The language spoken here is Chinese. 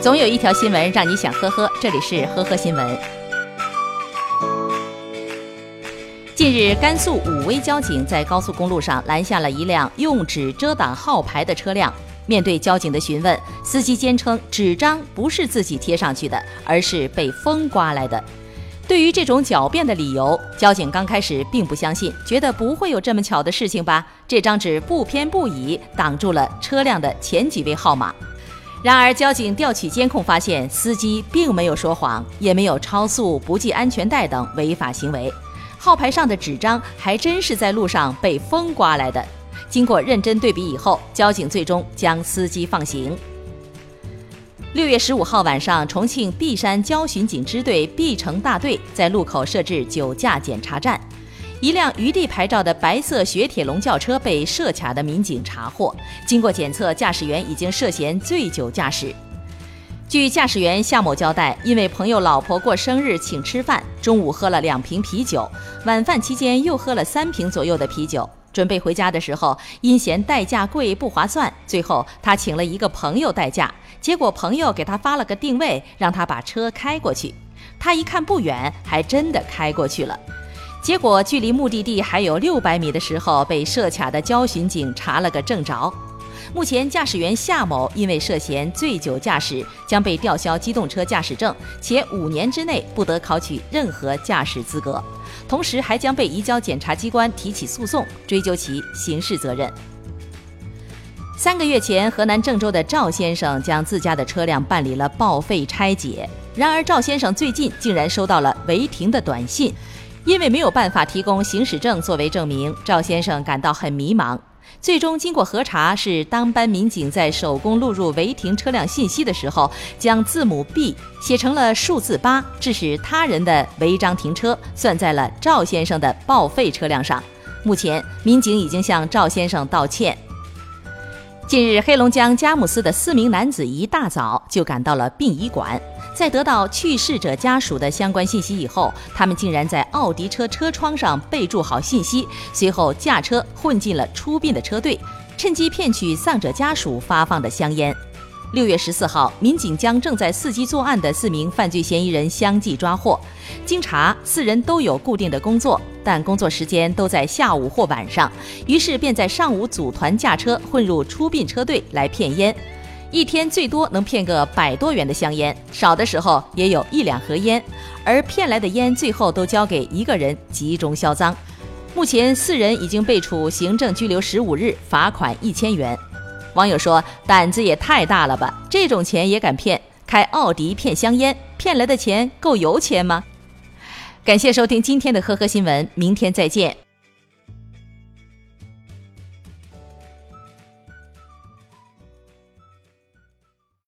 总有一条新闻让你想呵呵，这里是呵呵新闻。近日，甘肃武威交警在高速公路上拦下了一辆用纸遮挡号牌的车辆。面对交警的询问，司机坚称纸张不是自己贴上去的，而是被风刮来的。对于这种狡辩的理由，交警刚开始并不相信，觉得不会有这么巧的事情吧？这张纸不偏不倚，挡住了车辆的前几位号码。然而，交警调取监控发现，司机并没有说谎，也没有超速、不系安全带等违法行为。号牌上的纸张还真是在路上被风刮来的。经过认真对比以后，交警最终将司机放行。6月15号晚上，重庆璧山交巡警支队璧城大队在路口设置酒驾检查站，一辆余地牌照的白色雪铁龙轿车被设卡的民警查获，经过检测，驾驶员已经涉嫌醉酒驾驶。据驾驶员夏某交代，因为朋友老婆过生日请吃饭，中午喝了2瓶啤酒，晚饭期间又喝了3瓶左右的啤酒。准备回家的时候，因嫌代驾贵不划算，最后他请了一个朋友代驾，结果朋友给他发了个定位，让他把车开过去。他一看不远，还真的开过去了。结果距离目的地还有600米的时候，被设卡的交巡警查了个正着。目前驾驶员夏某因为涉嫌醉酒驾驶，将被吊销机动车驾驶证，且5年之内不得考取任何驾驶资格，同时还将被移交检察机关提起诉讼，追究其刑事责任。3个月前，河南郑州的赵先生将自家的车辆办理了报废拆解，然而赵先生最近竟然收到了违停的短信，因为没有办法提供行驶证作为证明，赵先生感到很迷茫。最终经过核查，是当班民警在手工录入违停车辆信息的时候，将字母 B 写成了数字8，致使他人的违章停车算在了赵先生的报废车辆上。目前民警已经向赵先生道歉。近日，黑龙江佳木斯的4名男子一大早就赶到了殡仪馆，在得到去世者家属的相关信息以后，他们竟然在奥迪车车窗上备注好信息，随后驾车混进了出殡的车队，趁机骗取丧者家属发放的香烟。6月14号，民警将正在伺机作案的4名犯罪嫌疑人相继抓获。经查，4人都有固定的工作，但工作时间都在下午或晚上，于是便在上午组团驾车混入出殡车队来骗烟。一天最多能骗个100多元的香烟，少的时候也有1-2盒烟，而骗来的烟最后都交给一个人集中销赃。目前4人已经被处行政拘留15日，罚款1000元。网友说，胆子也太大了吧，这种钱也敢骗，开奥迪骗香烟，骗来的钱够油钱吗？感谢收听今天的呵呵新闻，明天再见。